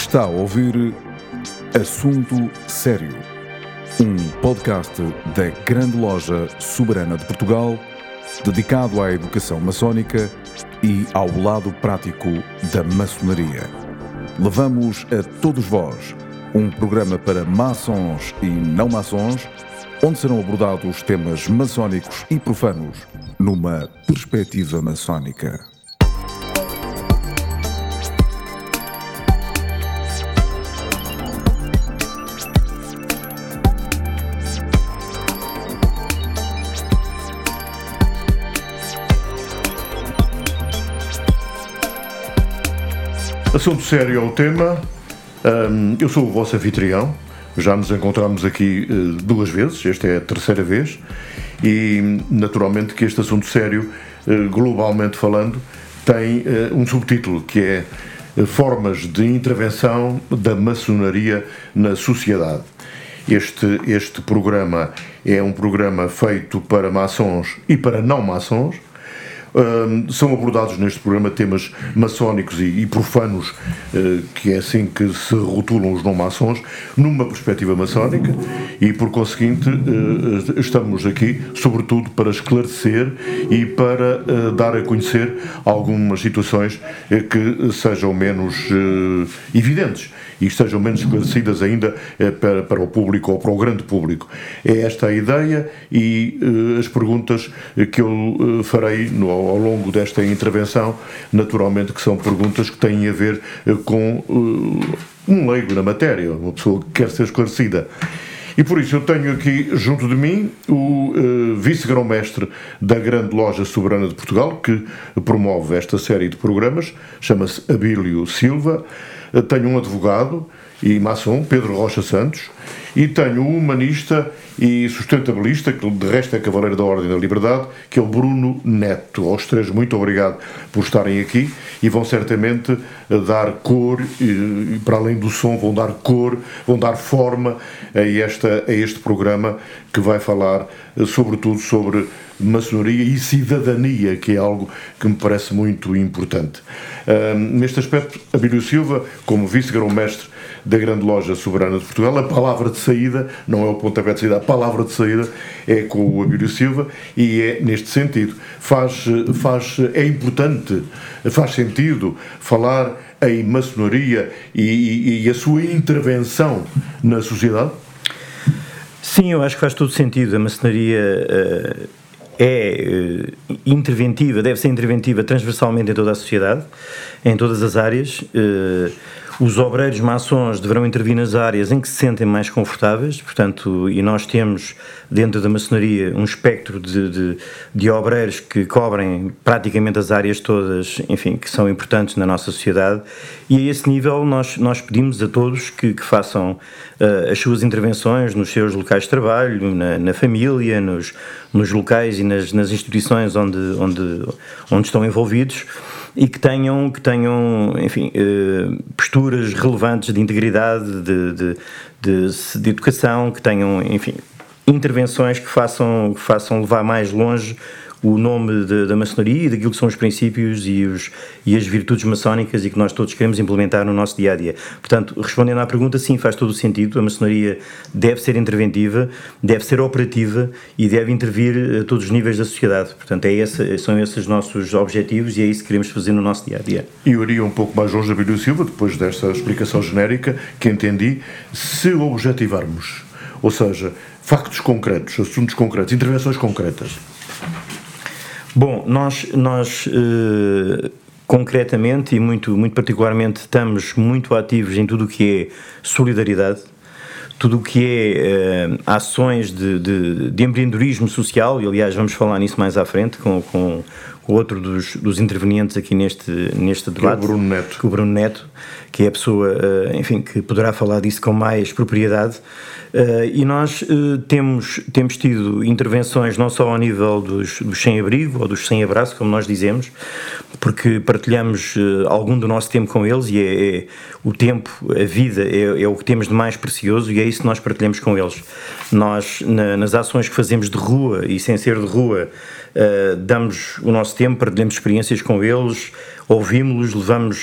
Está a ouvir Assunto Sério, um podcast da Grande Loja Soberana de Portugal, dedicado à educação maçónica e ao lado prático da maçonaria. Levamos a todos vós um programa para maçons e não maçons, onde serão abordados temas maçónicos e profanos numa perspectiva maçónica. Assunto sério é o tema. Eu sou o vosso anfitrião. Já nos encontramos aqui duas vezes, esta é a terceira vez, e naturalmente que este assunto sério, globalmente falando, tem um subtítulo que é Formas de Intervenção da Maçonaria na Sociedade. Este programa é um programa feito para maçons e para não maçons. São abordados neste programa temas maçónicos e profanos, que é assim que se rotulam os não-maçons, numa perspectiva maçónica, e por conseguinte estamos aqui sobretudo para esclarecer e para dar a conhecer algumas situações que sejam menos evidentes e estejam menos esclarecidas ainda para o público ou para o grande público. É esta a ideia, e as perguntas que eu farei ao longo desta intervenção, naturalmente que são perguntas que têm a ver com um leigo na matéria, uma pessoa que quer ser esclarecida. E por isso eu tenho aqui junto de mim o vice-grão-mestre da Grande Loja Soberana de Portugal, que promove esta série de programas, chama-se Abílio Silva. Tenho um advogado e maçom, Pedro Rocha Santos, e tenho um humanista e sustentabilista, que de resto é cavaleiro da Ordem da Liberdade, que é o Bruno Neto. Aos três, muito obrigado por estarem aqui, e vão certamente dar cor, e para além do som, vão dar cor, vão dar forma a este programa, que vai falar sobretudo sobre maçonaria e cidadania, que é algo que me parece muito importante. Neste aspecto, Abílio Silva, como vice-grão-mestre da Grande Loja Soberana de Portugal, a palavra de saída, não é o pontapé de saída, a palavra de saída é com o Abílio Silva, e é neste sentido. É importante, faz sentido falar em maçonaria e a sua intervenção na sociedade? Sim, eu acho que faz todo sentido. A maçonaria é interventiva, deve ser interventiva transversalmente em toda a sociedade, em todas as áreas. Os obreiros maçons deverão intervir nas áreas em que se sentem mais confortáveis, portanto, e nós temos dentro da maçonaria um espectro de obreiros que cobrem praticamente as áreas todas, enfim, que são importantes na nossa sociedade, e a esse nível nós pedimos a todos que façam as suas intervenções nos seus locais de trabalho, na família, nos locais e nas instituições onde estão envolvidos, e que tenham enfim, posturas relevantes de integridade, de educação, que tenham, enfim, intervenções que façam levar mais longe o nome da maçonaria e daquilo que são os princípios e as virtudes maçónicas, e que nós todos queremos implementar no nosso dia-a-dia. Portanto, respondendo à pergunta, sim, faz todo o sentido. A maçonaria deve ser interventiva, deve ser operativa e deve intervir a todos os níveis da sociedade. Portanto, são esses os nossos objetivos, e é isso que queremos fazer no nosso dia-a-dia. E eu iria um pouco mais longe, Abílio Silva, depois desta explicação genérica que entendi, se objetivarmos, ou seja, factos concretos, assuntos concretos, intervenções concretas. Bom, nós concretamente e muito particularmente estamos muito ativos em tudo o que é solidariedade, tudo o que é ações de empreendedorismo social, e aliás vamos falar nisso mais à frente com outro dos intervenientes aqui neste debate, que o Bruno Neto, que é a pessoa, enfim, que poderá falar disso com mais propriedade. E nós temos tido intervenções não só ao nível dos sem-abrigo ou dos sem-abraço, como nós dizemos, porque partilhamos algum do nosso tempo com eles, e o tempo, a vida, é o que temos de mais precioso, e é isso que nós partilhamos com eles. Nós, nas ações que fazemos de rua e sem ser de rua, damos o nosso tempo, partilhamos experiências com eles, ouvimos-los, levamos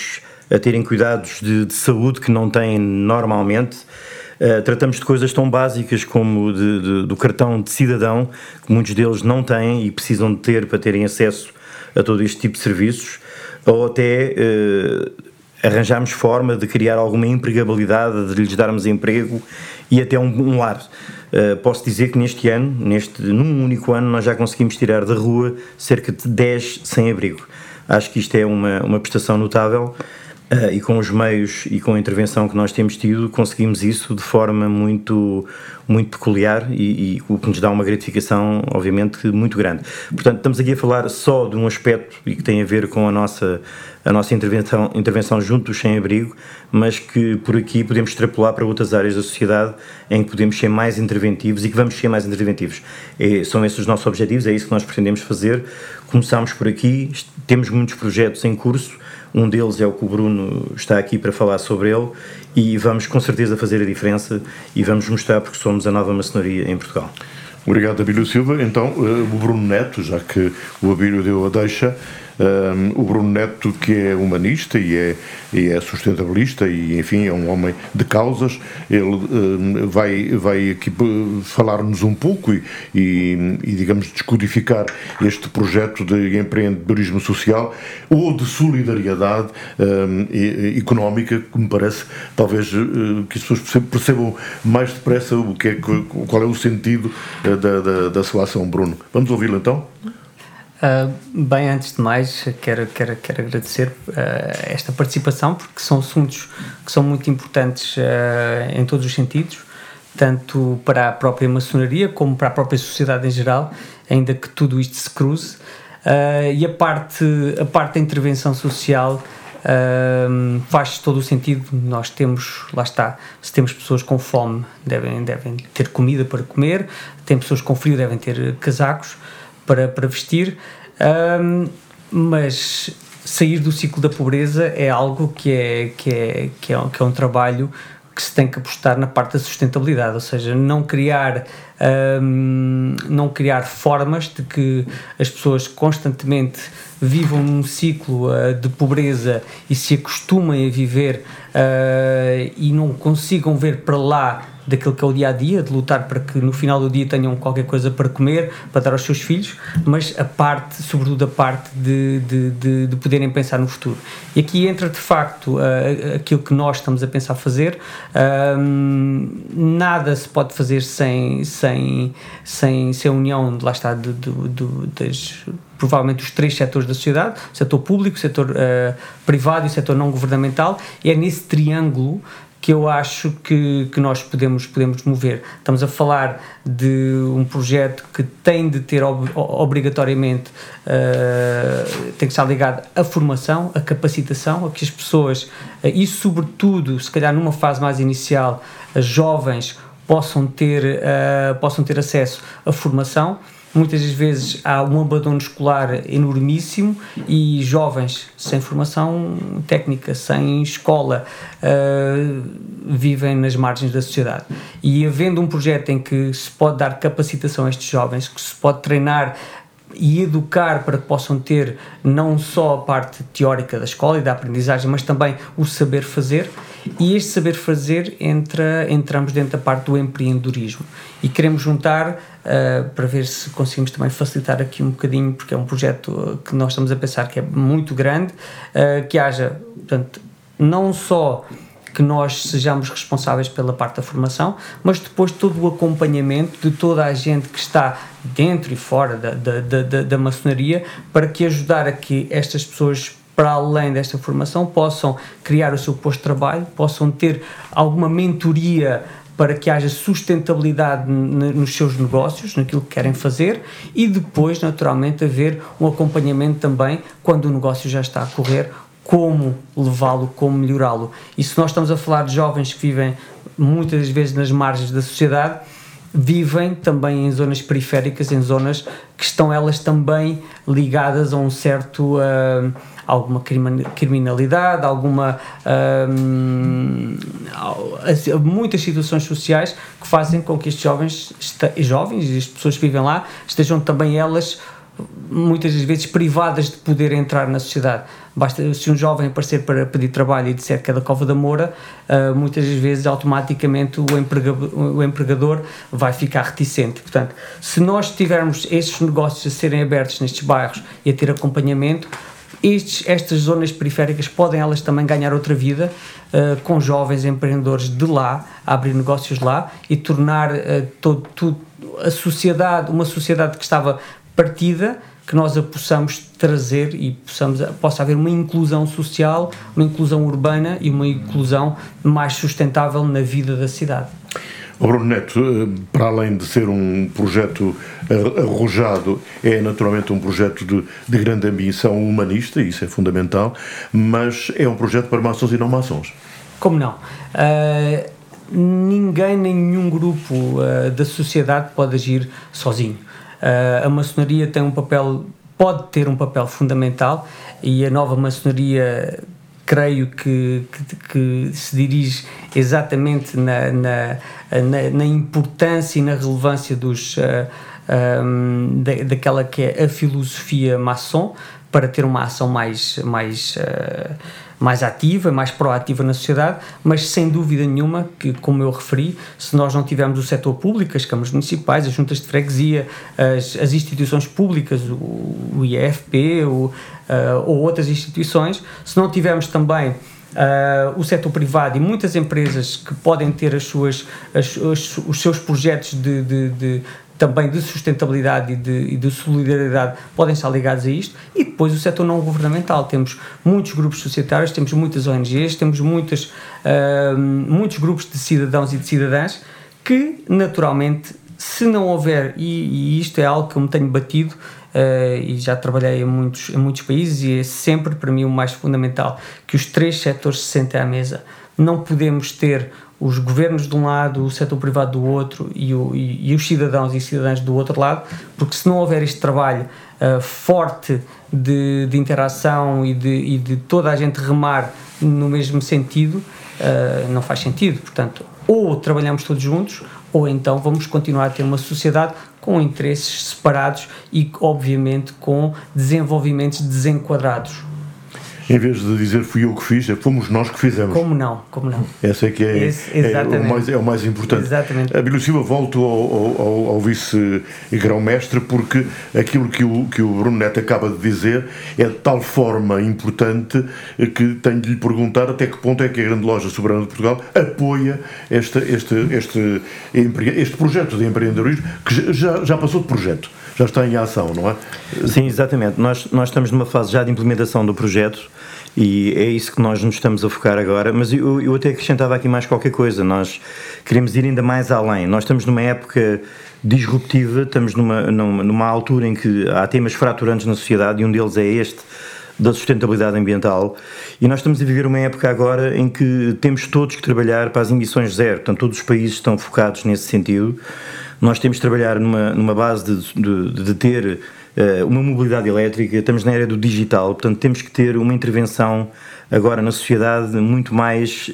a terem cuidados de saúde que não têm normalmente. Tratamos de coisas tão básicas como do cartão de cidadão, que muitos deles não têm e precisam de ter para terem acesso a todo este tipo de serviços, ou até arranjarmos forma de criar alguma empregabilidade, de lhes darmos emprego e até um lar. Posso dizer que neste ano, num único ano, nós já conseguimos tirar da rua cerca de 10 sem-abrigo. Acho que isto é uma prestação notável. E com os meios e com a intervenção que nós temos tido, conseguimos isso de forma muito, muito peculiar e o que nos dá uma gratificação, obviamente, muito grande. Portanto, estamos aqui a falar só de um aspecto e que tem a ver com a nossa intervenção junto do sem-abrigo, mas que por aqui podemos extrapolar para outras áreas da sociedade em que podemos ser mais interventivos e que vamos ser mais interventivos. São esses os nossos objetivos, é isso que nós pretendemos fazer. Começamos por aqui, temos muitos projetos em curso. Um deles é o que o Bruno está aqui para falar sobre ele e vamos com certeza fazer a diferença e vamos mostrar porque somos a nova maçonaria em Portugal. Obrigado, Abílio Silva. Então, o Bruno Neto, já que o Abílio deu a deixa, o Bruno Neto, que é humanista e é sustentabilista e, enfim, é um homem de causas, ele vai aqui falar-nos um pouco e, digamos, descodificar este projeto de empreendedorismo social ou de solidariedade económica, que me parece, talvez, que as pessoas percebam mais depressa qual é o sentido da sua ação. Bruno, vamos ouvi-lo então? Bem, antes de mais, quero agradecer esta participação, porque são assuntos que são muito importantes em todos os sentidos, tanto para a própria maçonaria como para a própria sociedade em geral, ainda que tudo isto se cruze. E a parte da intervenção social faz todo o sentido. Nós temos, lá está, se temos pessoas com fome, devem ter comida para comer, tem pessoas com frio, devem ter casacos para vestir, mas sair do ciclo da pobreza é algo que é um trabalho que se tem que apostar na parte da sustentabilidade, ou seja, não criar formas de que as pessoas constantemente vivam num ciclo de pobreza e se acostumem a viver e não consigam ver para lá daquilo que é o dia-a-dia, de lutar para que no final do dia tenham qualquer coisa para comer, para dar aos seus filhos, mas sobretudo a parte de poderem pensar no futuro. E aqui entra de facto aquilo que nós estamos a pensar fazer. Nada se pode fazer sem a união, lá está, provavelmente os 3 setores da sociedade, o setor público, o setor privado e o setor não governamental, e é nesse triângulo que eu acho que nós podemos mover. Estamos a falar de um projeto que tem de ter obrigatoriamente, tem que estar ligado à formação, à capacitação, a que as pessoas, e sobretudo, se calhar numa fase mais inicial, as jovens possam ter acesso à formação. Muitas das vezes há um abandono escolar enormíssimo e jovens sem formação técnica, sem escola, vivem nas margens da sociedade. E havendo um projeto em que se pode dar capacitação a estes jovens, que se pode treinar e educar para que possam ter não só a parte teórica da escola e da aprendizagem, mas também o saber fazer, e este saber fazer entramos dentro da parte do empreendedorismo e queremos juntar para ver se conseguimos também facilitar aqui um bocadinho, porque é um projeto que nós estamos a pensar que é muito grande, que haja, portanto, não só que nós sejamos responsáveis pela parte da formação, mas depois todo o acompanhamento de toda a gente que está dentro e fora da maçonaria, para que ajudar a que estas pessoas, para além desta formação, possam criar o seu posto de trabalho, possam ter alguma mentoria para que haja sustentabilidade nos seus negócios, naquilo que querem fazer, e depois, naturalmente, haver um acompanhamento também quando o negócio já está a correr, como levá-lo, como melhorá-lo. E se nós estamos a falar de jovens que vivem muitas vezes nas margens da sociedade, vivem também em zonas periféricas, em zonas que estão elas também ligadas a um certo alguma criminalidade, muitas situações sociais que fazem com que estes jovens e as pessoas que vivem lá estejam também elas muitas das vezes privadas de poder entrar na sociedade. Basta, se um jovem aparecer para pedir trabalho e disser que é da Cova da Moura, muitas das vezes automaticamente o empregador vai ficar reticente. Portanto, se nós tivermos estes negócios a serem abertos nestes bairros e a ter acompanhamento, estas zonas periféricas podem elas também ganhar outra vida, com jovens empreendedores de lá, a abrir negócios lá e tornar a sociedade, uma sociedade que estava partida, que nós a possamos trazer e possa haver uma inclusão social, uma inclusão urbana e uma inclusão mais sustentável na vida da cidade. Bruno Neto, para além de ser um projeto arrojado, é naturalmente um projeto de grande ambição humanista, isso é fundamental, mas é um projeto para maçons e não maçons. Como não? Nenhum grupo da sociedade pode agir sozinho. A maçonaria pode ter um papel fundamental, e a nova maçonaria creio que se dirige exatamente na importância e na relevância daquela que é a filosofia maçom, para ter uma ação mais ativa, mais proativa na sociedade, mas sem dúvida nenhuma que, como eu referi, se nós não tivermos o setor público, as câmaras municipais, as juntas de freguesia, as instituições públicas, o IEFP ou outras instituições, se não tivermos também o setor privado e muitas empresas que podem ter os seus projetos também de sustentabilidade e de solidariedade, podem estar ligados a isto, e depois o setor não governamental. Temos muitos grupos societários, temos muitas ONGs, temos muitos grupos de cidadãos e de cidadãs que, naturalmente, se não houver, e isto é algo que eu me tenho batido, e já trabalhei em muitos países, e é sempre para mim o mais fundamental, que os três setores se sentem à mesa. Não podemos ter os governos de um lado, o setor privado do outro e os cidadãos e cidadãs do outro lado, porque se não houver este trabalho forte de interação e de toda a gente remar no mesmo sentido, não faz sentido. Portanto, ou trabalhamos todos juntos, ou então vamos continuar a ter uma sociedade com interesses separados e, obviamente, com desenvolvimentos desenquadrados. Em vez de dizer fui eu que fiz, fomos nós que fizemos. Como não? Essa é que é o mais importante. Exatamente. Abílio Silva, volto ao vice-grão-mestre, porque aquilo que o Bruno Neto acaba de dizer é de tal forma importante que tenho de lhe perguntar até que ponto é que a Grande Loja Soberana de Portugal apoia este projeto de empreendedorismo, que já passou de projeto, já está em ação, não é? Sim, exatamente. Nós estamos numa fase já de implementação do projeto, e é isso que nós nos estamos a focar agora, mas eu até acrescentava aqui mais qualquer coisa. Nós queremos ir ainda mais além. Nós estamos numa época disruptiva, estamos numa altura em que há temas fraturantes na sociedade, e um deles é este, da sustentabilidade ambiental, e nós estamos a viver uma época agora em que temos todos que trabalhar para as emissões zero. Portanto, todos os países estão focados nesse sentido. Nós temos de trabalhar numa base de ter uma mobilidade elétrica. Estamos na era do digital, portanto temos que ter uma intervenção agora na sociedade muito mais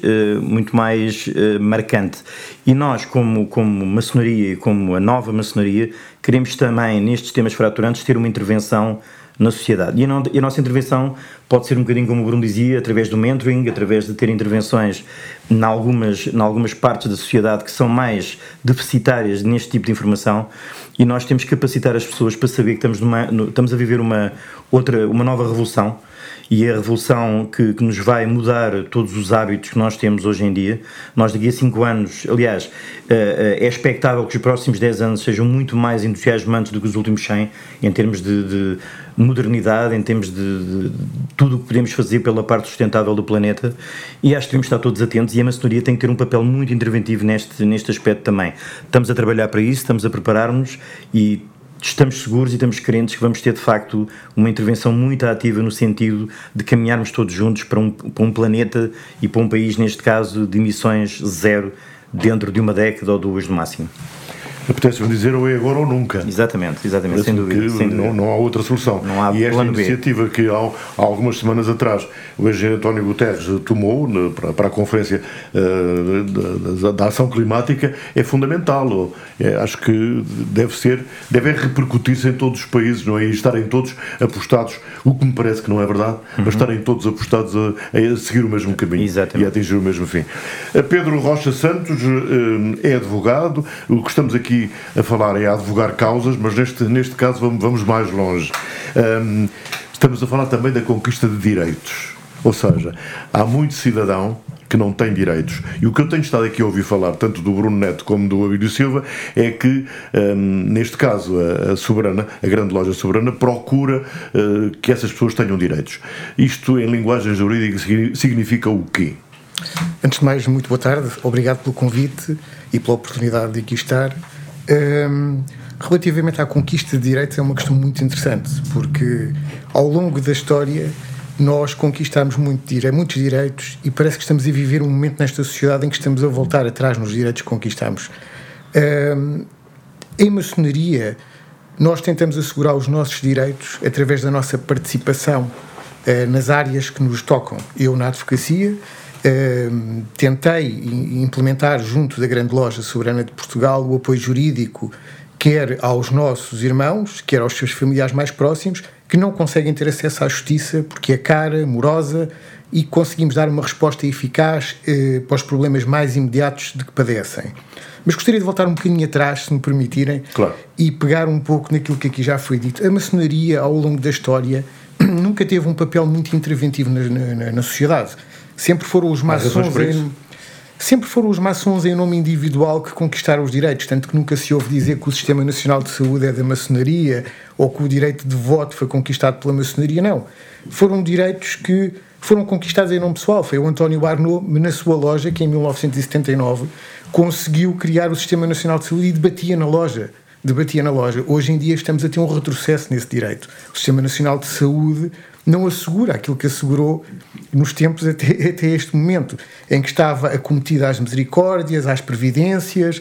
marcante. E nós, como maçonaria e como a nova maçonaria, queremos também, nestes temas fraturantes, ter uma intervenção na sociedade. E a nossa intervenção pode ser um bocadinho, como o Bruno dizia, através do mentoring, através de ter intervenções em algumas partes da sociedade que são mais deficitárias neste tipo de informação, e nós temos que capacitar as pessoas para saber que estamos a viver uma nova revolução, e é a revolução que nos vai mudar todos os hábitos que nós temos hoje em dia. Nós daqui a 5 anos, aliás, é expectável que os próximos 10 anos sejam muito mais entusiasmantes do que os últimos 100, em termos de modernidade, em termos de tudo o que podemos fazer pela parte sustentável do planeta, e acho que devemos estar todos atentos, e a maçonaria tem que ter um papel muito interventivo neste aspecto também. Estamos a trabalhar para isso, estamos a preparar-nos, e estamos seguros e estamos crentes que vamos ter de facto uma intervenção muito ativa no sentido de caminharmos todos juntos para um planeta e para um país, neste caso, de emissões zero dentro de uma década ou 2 no máximo. Apetece-me dizer ou é agora ou nunca. Exatamente, sem dúvida. Não há outra solução. Não há e esta plano B. iniciativa que há algumas semanas atrás o engenheiro António Guterres tomou para a Conferência da Ação Climática é fundamental. Acho que deve repercutir-se em todos os países, não é? E estarem todos apostados, o que me parece que não é verdade, mas estarem todos apostados a seguir o mesmo caminho. Exatamente. E a atingir o mesmo fim. Pedro Rocha Santos é advogado. O que estamos aqui a falar é a advogar causas, mas neste caso vamos mais longe. Estamos a falar também da conquista de direitos. Ou seja, há muito cidadão que não tem direitos. E o que eu tenho estado aqui a ouvir falar, tanto do Bruno Neto como do Abílio Silva, é que, neste caso, a grande loja Soberana procura que essas pessoas tenham direitos. Isto, em linguagem jurídica, significa o quê? Antes de mais, muito boa tarde. Obrigado pelo convite e pela oportunidade de aqui estar. Relativamente à conquista de direitos, é uma questão muito interessante, porque ao longo da história nós conquistámos muitos direitos e parece que estamos a viver um momento nesta sociedade em que estamos a voltar atrás nos direitos que conquistámos. Em maçonaria, nós tentamos assegurar os nossos direitos através da nossa participação nas áreas que nos tocam. Eu, na advocacia, tentei implementar junto da Grande Loja Soberana de Portugal o apoio jurídico, quer aos nossos irmãos, quer aos seus familiares mais próximos, que não conseguem ter acesso à justiça porque é cara, morosa, e conseguimos dar uma resposta eficaz para os problemas mais imediatos de que padecem. Mas gostaria de voltar um bocadinho atrás, se me permitirem, claro, e pegar um pouco naquilo que aqui já foi dito. A maçonaria, ao longo da história, nunca teve um papel muito interventivo na sociedade. Sempre foram os maçons em nome individual que conquistaram os direitos, tanto que nunca se ouve dizer que o Sistema Nacional de Saúde é da maçonaria ou que o direito de voto foi conquistado pela maçonaria, não. Foram direitos que foram conquistados em nome pessoal. Foi o António Arnaud, na sua loja, que em 1979 conseguiu criar o Sistema Nacional de Saúde e debatia na loja. Hoje em dia estamos a ter um retrocesso nesse direito. O Sistema Nacional de Saúde não assegura aquilo que assegurou nos tempos até este momento, em que estava acometida às misericórdias, às previdências.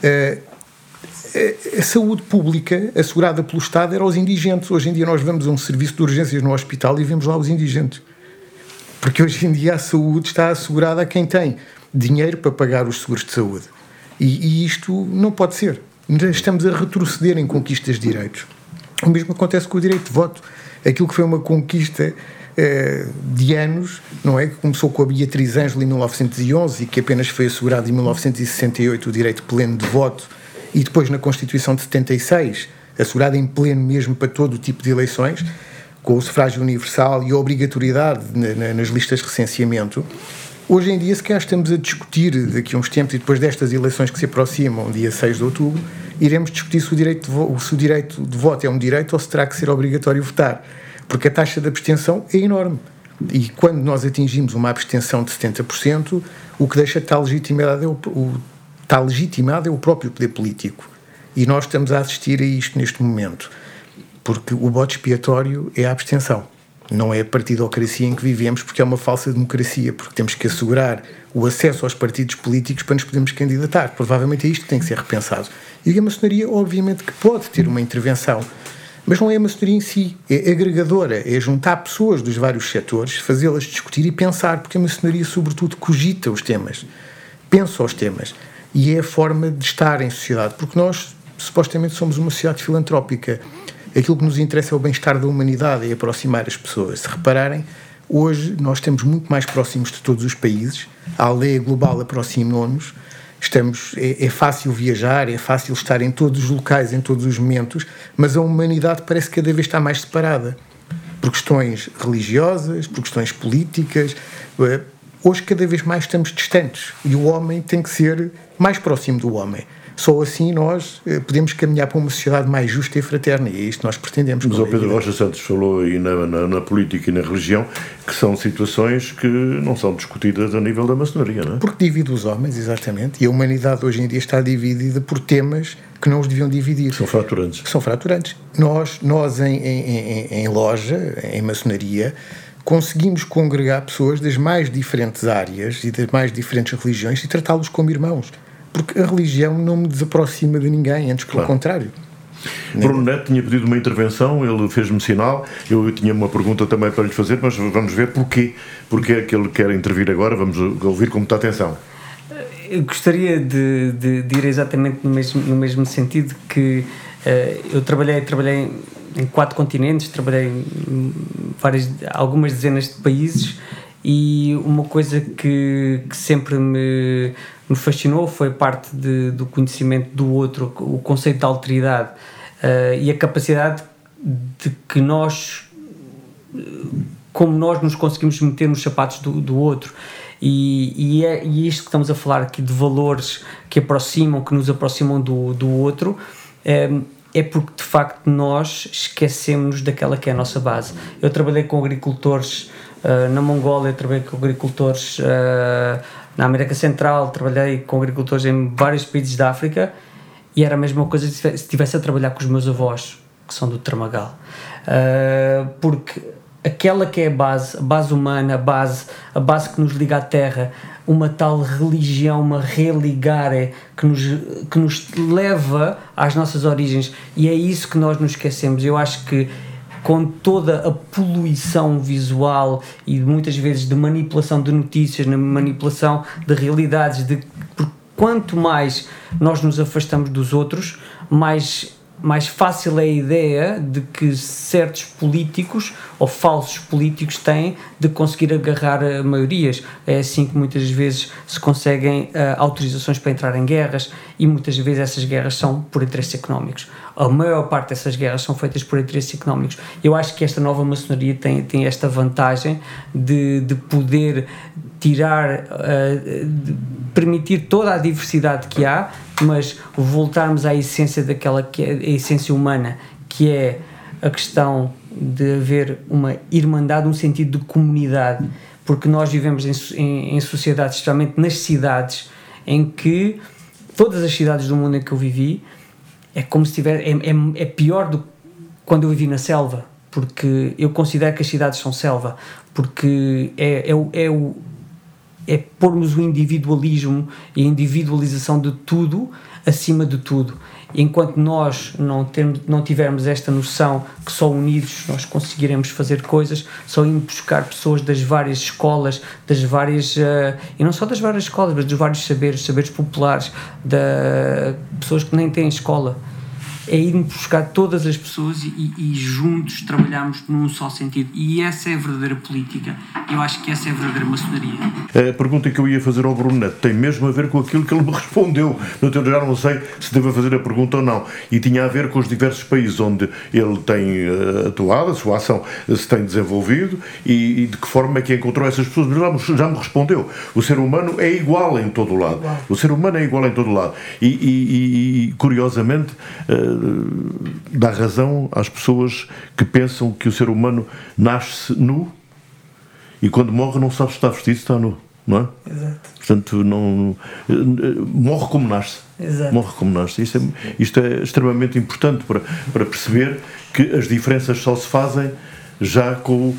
A saúde pública assegurada pelo Estado era aos indigentes. Hoje em dia nós vamos a um serviço de urgências no hospital e vemos lá os indigentes. Porque hoje em dia a saúde está assegurada a quem tem dinheiro para pagar os seguros de saúde. E isto não pode ser. Estamos a retroceder em conquistas de direitos. O mesmo acontece com o direito de voto. Aquilo que foi uma conquista de anos, não é? Que começou com a Beatriz Ângelo em 1911 e que apenas foi assegurado em 1968 o direito pleno de voto, e depois na Constituição de 76, assegurado em pleno mesmo para todo o tipo de eleições, com o sufrágio universal e a obrigatoriedade nas listas de recenseamento. Hoje em dia, se calhar estamos a discutir, daqui a uns tempos, e depois destas eleições que se aproximam, dia 6 de outubro, iremos discutir se o direito de voto é um direito ou se terá que ser obrigatório votar, porque a taxa de abstenção é enorme. E quando nós atingimos uma abstenção de 70%, o que deixa está legitimado é o próprio poder político. E nós estamos a assistir a isto neste momento, porque o bode expiatório é a abstenção. Não é a partidocracia em que vivemos, porque é uma falsa democracia, porque temos que assegurar o acesso aos partidos políticos para nos podermos candidatar. Provavelmente é isto que tem que ser repensado. E a maçonaria, obviamente, que pode ter uma intervenção, mas não é a maçonaria em si, é agregadora, é juntar pessoas dos vários setores, fazê-las discutir e pensar, porque a maçonaria, sobretudo, cogita os temas, pensa os temas, e é a forma de estar em sociedade, porque nós, supostamente, somos uma sociedade filantrópica. Aquilo que nos interessa é o bem-estar da humanidade e aproximar as pessoas. Se repararem, hoje nós estamos muito mais próximos de todos os países, a aldeia global aproximou-nos, é fácil viajar, é fácil estar em todos os locais, em todos os momentos, mas a humanidade parece que cada vez está mais separada, por questões religiosas, por questões políticas. Hoje cada vez mais estamos distantes e o homem tem que ser mais próximo do homem. Só assim nós podemos caminhar para uma sociedade mais justa e fraterna, e é isto que nós pretendemos. Mas o Pedro Rocha Santos falou aí na política e na religião, que são situações que não são discutidas a nível da maçonaria, não é? Porque divide os homens, exatamente, e a humanidade hoje em dia está dividida por temas que não os deviam dividir. São fraturantes. Nós em loja, em maçonaria, conseguimos congregar pessoas das mais diferentes áreas e das mais diferentes religiões e tratá-los como irmãos. porque a religião não me desaproxima de ninguém, antes pelo contrário. Bruno Neto tinha pedido uma intervenção, ele fez-me sinal, eu tinha uma pergunta também para lhe fazer, mas vamos ver porquê é que ele quer intervir agora, vamos ouvir com muita atenção. Eu gostaria de ir exatamente no mesmo sentido que eu trabalhei em 4 continentes, trabalhei em algumas dezenas de países, e uma coisa que sempre me fascinou foi parte do conhecimento do outro, o conceito de alteridade, e a capacidade de que como nós nos conseguimos meter nos sapatos do outro. E é isto que estamos a falar aqui, de valores que nos aproximam do outro, é porque de facto nós esquecemos daquela que é a nossa base. Eu trabalhei com agricultores na Mongólia, trabalhei com agricultores na América Central, trabalhei com agricultores em vários países da África, e era a mesma coisa se estivesse a trabalhar com os meus avós, que são do Tramagal, porque aquela que é a base humana, a base que nos liga à terra, uma tal religião, uma religare que nos leva às nossas origens, e é isso que nós nos esquecemos. Eu acho que com toda a poluição visual e muitas vezes de manipulação de notícias, na manipulação de realidades, quanto mais nós nos afastamos dos outros, mais fácil é a ideia de que certos políticos ou falsos políticos têm de conseguir agarrar maiorias. É assim que muitas vezes se conseguem autorizações para entrar em guerras, e muitas vezes essas guerras são por interesses económicos. A maior parte dessas guerras são feitas por interesses económicos. Eu acho que esta nova maçonaria tem esta vantagem de poder tirar, de permitir toda a diversidade que há, mas voltarmos à essência daquela que é a essência humana, que é a questão de haver uma irmandade, um sentido de comunidade, porque nós vivemos em sociedades, especialmente nas cidades, em que todas as cidades do mundo em que eu vivi, é como se é pior do que quando eu vivi na selva, porque eu considero que as cidades são selva, porque é pormos o individualismo e a individualização de tudo acima de tudo. E enquanto nós não tivermos esta noção que só unidos nós conseguiremos fazer coisas, só indo buscar pessoas das várias escolas, e não só das várias escolas, mas dos vários saberes populares, pessoas que nem têm escola, é irmos buscar todas as pessoas e juntos trabalharmos num só sentido. E essa é a verdadeira política. Eu acho que essa é a verdadeira maçonaria. A pergunta que eu ia fazer ao Bruno Neto tem mesmo a ver com aquilo que ele me respondeu. Eu já não sei se devo fazer a pergunta ou não. E tinha a ver com os diversos países onde ele tem atuado, a sua ação se tem desenvolvido, e de que forma é que encontrou essas pessoas. Mas já me respondeu. O ser humano é igual em todo o lado. O ser humano é igual em todo o lado. E curiosamente, dá razão às pessoas que pensam que o ser humano nasce nu e quando morre não sabe se está vestido, se está nu, não é? Exato. Portanto, morre como nasce. Exato. Morre como nasce. Isto é extremamente importante para perceber que as diferenças só se fazem já com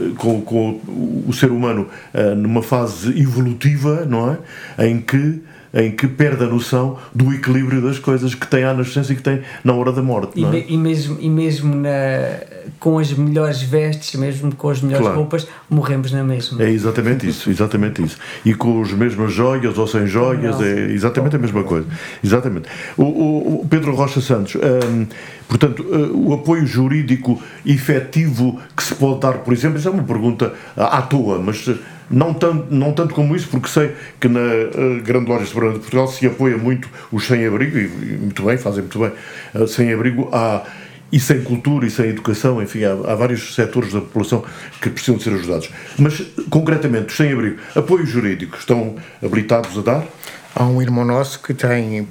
o ser humano numa fase evolutiva, não é? Em que perde a noção do equilíbrio das coisas que tem à nascença e que tem na hora da morte. Não é? E mesmo com as melhores vestes, mesmo com as melhores roupas, morremos na mesma. É exatamente isso. E com as mesmas joias ou sem joias, é exatamente a mesma coisa. Exatamente. O Pedro Rocha Santos, portanto, o apoio jurídico efetivo que se pode dar, por exemplo, isso é uma pergunta à toa, mas não tanto como isso, porque sei que na Grande Loja Soberana de Portugal se apoia muito os sem-abrigo, e muito bem, fazem muito bem, sem-abrigo e sem cultura e sem educação, enfim, há vários setores da população que precisam de ser ajudados. Mas, concretamente, os sem-abrigo, apoio jurídico, estão habilitados a dar? Há um irmão nosso que tem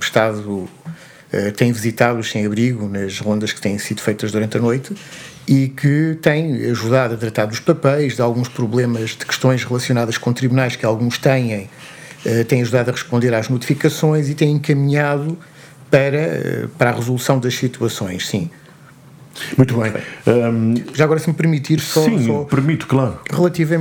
tem visitado os sem-abrigo nas rondas que têm sido feitas durante a noite, e que tem ajudado a tratar dos papéis, de alguns problemas, de questões relacionadas com tribunais que alguns têm, tem ajudado a responder às notificações e tem encaminhado para a resolução das situações, sim. Muito bem. Já agora, se me permitir, Sim, permito, claro.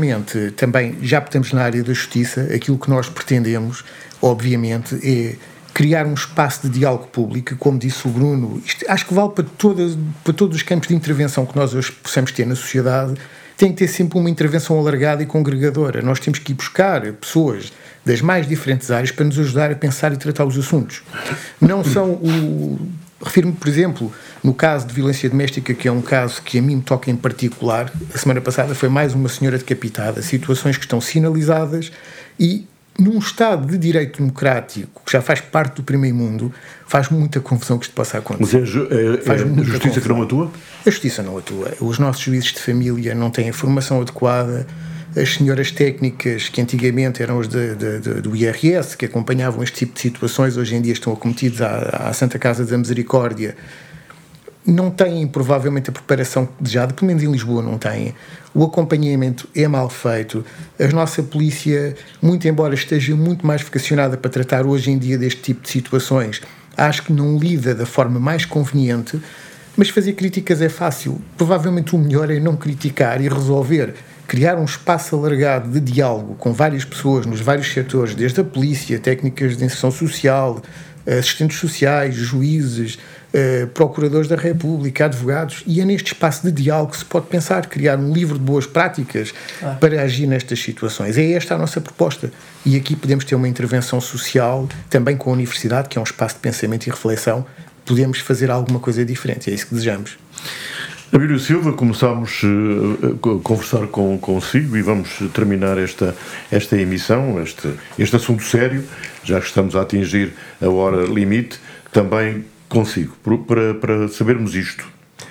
Relativamente, também, já que estamos na área da justiça, aquilo que nós pretendemos, obviamente, é criar um espaço de diálogo público, como disse o Bruno, isto acho que vale para todos os campos de intervenção que nós hoje possamos ter na sociedade, tem que ter sempre uma intervenção alargada e congregadora. Nós temos que ir buscar pessoas das mais diferentes áreas para nos ajudar a pensar e tratar os assuntos. Não são refiro-me, por exemplo, no caso de violência doméstica, que é um caso que a mim me toca em particular. A semana passada foi mais uma senhora decapitada, situações que estão sinalizadas e num Estado de direito democrático, que já faz parte do primeiro mundo, faz muita confusão que isto possa acontecer. Mas é a justiça que não atua? A justiça não atua. Os nossos juízes de família não têm a formação adequada. As senhoras técnicas, que antigamente eram as do IRS, que acompanhavam este tipo de situações, hoje em dia estão acometidos à Santa Casa da Misericórdia, não têm provavelmente a preparação desejada, pelo menos em Lisboa não têm. O acompanhamento é mal feito. A nossa polícia, muito embora esteja muito mais vocacionada para tratar hoje em dia deste tipo de situações, acho que não lida da forma mais conveniente, mas fazer críticas é fácil. Provavelmente o melhor é não criticar e resolver. Criar um espaço alargado de diálogo com várias pessoas nos vários setores, desde a polícia, técnicas de inserção social, assistentes sociais, juízes, procuradores da República, advogados, e é neste espaço de diálogo que se pode pensar, criar um livro de boas práticas para agir nestas situações. É esta a nossa proposta. E aqui podemos ter uma intervenção social, também com a universidade, que é um espaço de pensamento e reflexão, podemos fazer alguma coisa diferente, é isso que desejamos. Abílio Silva, começámos a conversar consigo e vamos terminar esta emissão, este assunto sério, já que estamos a atingir a hora limite, também consigo, para sabermos isto.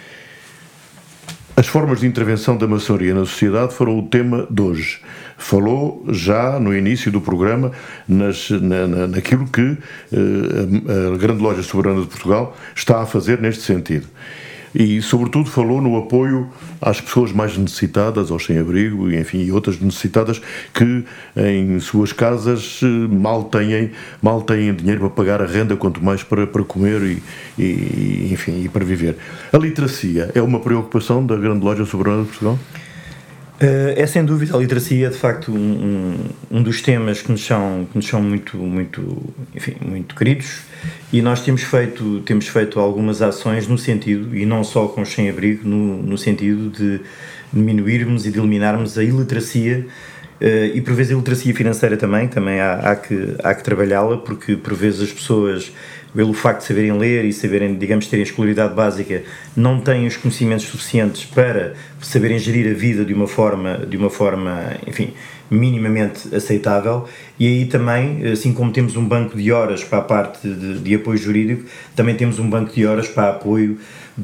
As formas de intervenção da maçonaria na sociedade foram o tema de hoje. Falou já no início do programa naquilo que a Grande Loja Soberana de Portugal está a fazer neste sentido. E, sobretudo, falou no apoio às pessoas mais necessitadas, aos sem-abrigo, enfim, e outras necessitadas que em suas casas mal têm dinheiro para pagar a renda, quanto mais para comer enfim, e para viver. A literacia é uma preocupação da Grande Loja Soberana de Portugal? É sem dúvida, a literacia é de facto um dos temas que nos são muito queridos, e nós temos feito algumas ações no sentido, e não só com os sem-abrigo, no sentido de diminuirmos e de eliminarmos a iliteracia, e por vezes a iliteracia financeira também há que trabalhá-la, porque por vezes as pessoas, pelo facto de saberem ler e saberem, digamos, terem escolaridade básica, não têm os conhecimentos suficientes para saberem gerir a vida de uma forma, enfim, minimamente aceitável. E aí também, assim como temos um banco de horas para a parte de apoio jurídico, também temos um banco de horas para apoio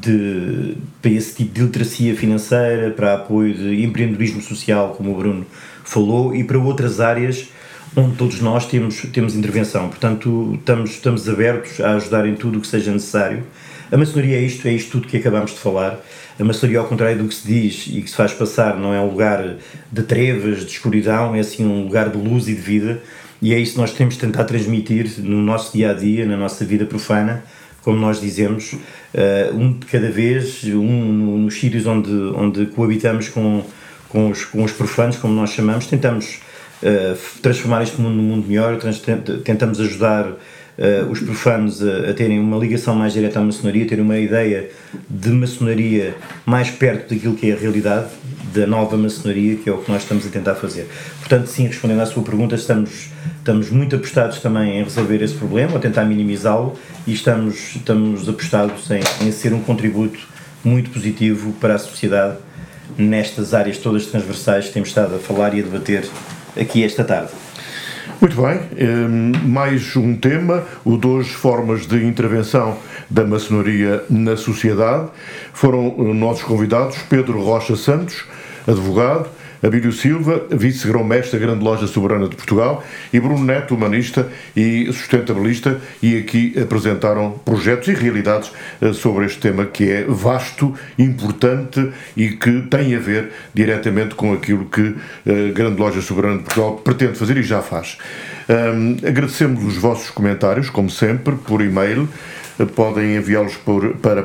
para esse tipo de literacia financeira, para apoio de empreendedorismo social, como o Bruno falou, e para outras áreas onde todos nós temos intervenção. Portanto, estamos abertos a ajudar em tudo o que seja necessário. A maçonaria é isto tudo que acabamos de falar. A maçonaria, ao contrário do que se diz e que se faz passar, não é um lugar de trevas, de escuridão, é assim um lugar de luz e de vida, e é isso que nós temos de tentar transmitir no nosso dia-a-dia, na nossa vida profana, como nós dizemos, um de cada vez, nos sítios onde coabitamos com os profanos, como nós chamamos, tentamos transformar este mundo num mundo melhor, tentamos ajudar os profanos a terem uma ligação mais direta à maçonaria, terem uma ideia de maçonaria mais perto daquilo que é a realidade da nova maçonaria, que é o que nós estamos a tentar fazer. Portanto, sim, respondendo à sua pergunta, estamos muito apostados também em resolver esse problema, a tentar minimizá-lo, e estamos apostados em ser um contributo muito positivo para a sociedade nestas áreas todas transversais que temos estado a falar e a debater aqui esta tarde. Muito bem, mais um tema, o 2 formas de intervenção da maçonaria na sociedade. Foram nossos convidados Pedro Rocha Santos, advogado, Abílio Silva, vice-grão-mestre da Grande Loja Soberana de Portugal, e Bruno Neto, humanista e sustentabilista, e aqui apresentaram projetos e realidades sobre este tema que é vasto, importante e que tem a ver diretamente com aquilo que a Grande Loja Soberana de Portugal pretende fazer e já faz. Agradecemos os vossos comentários, como sempre, por e-mail. Podem enviá-los para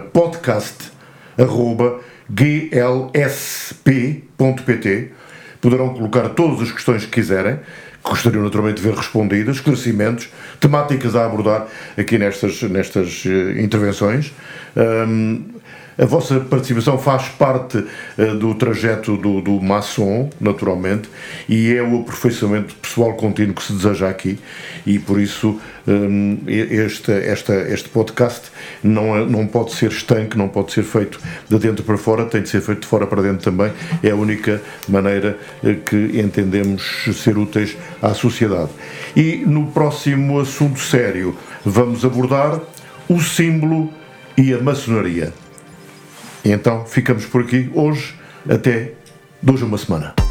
podcast@glsp.pt. Poderão colocar todas as questões que quiserem, gostariam naturalmente de ver respondidas, esclarecimentos, temáticas a abordar aqui nestas intervenções. A vossa participação faz parte do trajeto do maçom, naturalmente, e é o aperfeiçoamento pessoal contínuo que se deseja aqui, e por isso este podcast não pode ser estanque, não pode ser feito de dentro para fora, tem de ser feito de fora para dentro também. É a única maneira que entendemos ser úteis à sociedade. E no próximo assunto sério vamos abordar o símbolo e a maçonaria. E então ficamos por aqui hoje, até de hoje a uma semana.